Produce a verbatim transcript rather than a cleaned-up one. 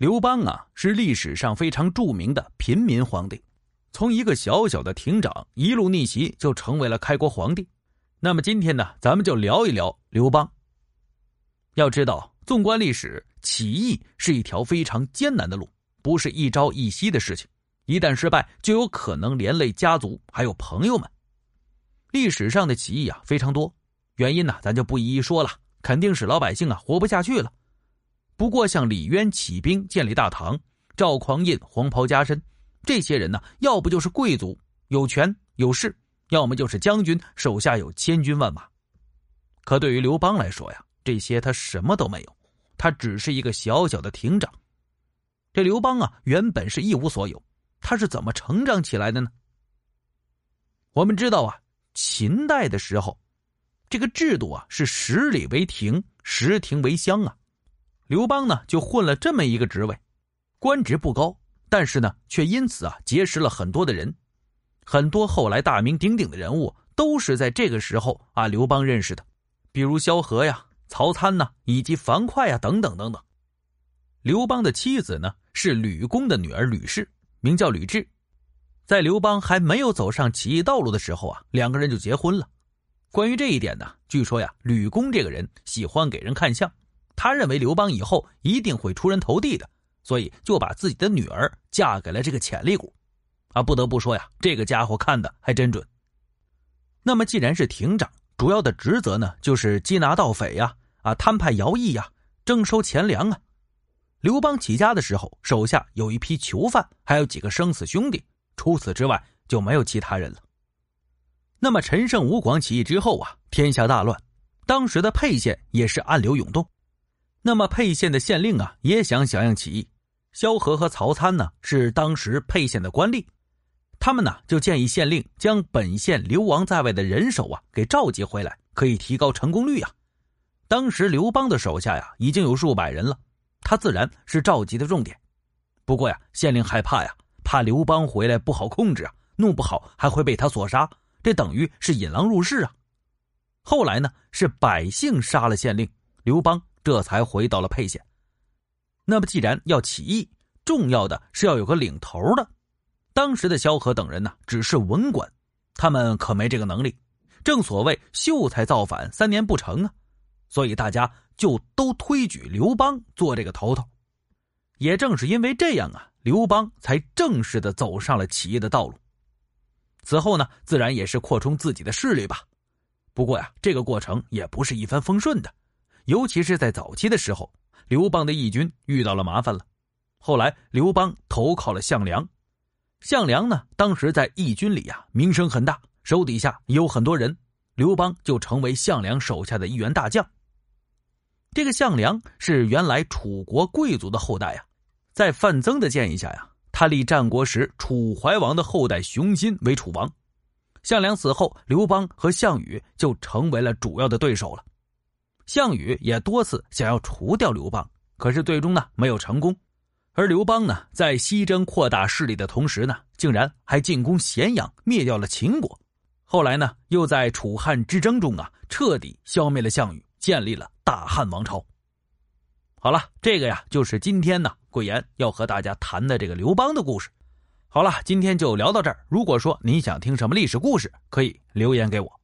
刘邦啊，是历史上非常著名的平民皇帝，从一个小小的亭长一路逆袭就成为了开国皇帝。那么今天呢，咱们就聊一聊刘邦。要知道，纵观历史，起义是一条非常艰难的路，不是一朝一夕的事情，一旦失败就有可能连累家族还有朋友们。历史上的起义啊非常多，原因呢咱就不一一说了，肯定使老百姓啊活不下去了。不过像李渊起兵建立大唐，赵匡胤黄袍加身，这些人呢，要不就是贵族有权有势，要么就是将军手下有千军万马。可对于刘邦来说呀，这些他什么都没有，他只是一个小小的亭长。这刘邦啊，原本是一无所有，他是怎么成长起来的呢？我们知道啊，秦代的时候，这个制度啊是十里为亭，十亭为乡啊。刘邦呢就混了这么一个职位，官职不高，但是呢却因此啊结识了很多的人，很多后来大名鼎鼎的人物都是在这个时候啊刘邦认识的，比如萧何呀、曹参呐，以及樊哙呀等等等等。刘邦的妻子呢是吕公的女儿吕氏，名叫吕雉。在刘邦还没有走上起义道路的时候啊，两个人就结婚了。关于这一点呢，据说呀，吕公这个人喜欢给人看相，他认为刘邦以后一定会出人头地的，所以就把自己的女儿嫁给了这个潜力股。啊，不得不说呀，这个家伙看的还真准。那么既然是亭长，主要的职责呢就是缉拿盗匪呀、啊摊派徭役呀、征收钱粮啊。刘邦起家的时候，手下有一批囚犯，还有几个生死兄弟，除此之外就没有其他人了。那么陈胜吴广起义之后啊，天下大乱，当时的沛县也是暗流涌动。那么沛县的县令啊也想响应起义，萧何和曹参呢是当时沛县的官吏，他们呢就建议县令将本县流亡在外的人手啊给召集回来，可以提高成功率啊。当时刘邦的手下呀已经有数百人了，他自然是召集的重点。不过呀，县令害怕呀，怕刘邦回来不好控制啊，弄不好还会被他所杀，这等于是引狼入室啊。后来呢，是百姓杀了县令，刘邦这才回到了沛县。那么既然要起义，重要的是要有个领头的。当时的萧何等人呢，只是文官，他们可没这个能力。正所谓秀才造反，三年不成啊，所以大家就都推举刘邦做这个头头。也正是因为这样啊，刘邦才正式的走上了起义的道路。此后呢，自然也是扩充自己的势力吧。不过呀，这个过程也不是一帆风顺的。尤其是在早期的时候，刘邦的义军遇到了麻烦了。后来刘邦投靠了项梁，项梁呢当时在义军里啊名声很大，手底下也有很多人，刘邦就成为项梁手下的一员大将。这个项梁是原来楚国贵族的后代啊，在范增的建议下呀，他立战国时楚怀王的后代熊心为楚王。项梁死后，刘邦和项羽就成为了主要的对手了。项羽也多次想要除掉刘邦，可是最终呢没有成功。而刘邦呢，在西征扩大势力的同时呢，竟然还进攻咸阳，灭掉了秦国。后来呢，又在楚汉之争中啊，彻底消灭了项羽，建立了大汉王朝。好了，这个呀，就是今天呢，贵言要和大家谈的这个刘邦的故事。好了，今天就聊到这儿。如果说您想听什么历史故事，可以留言给我。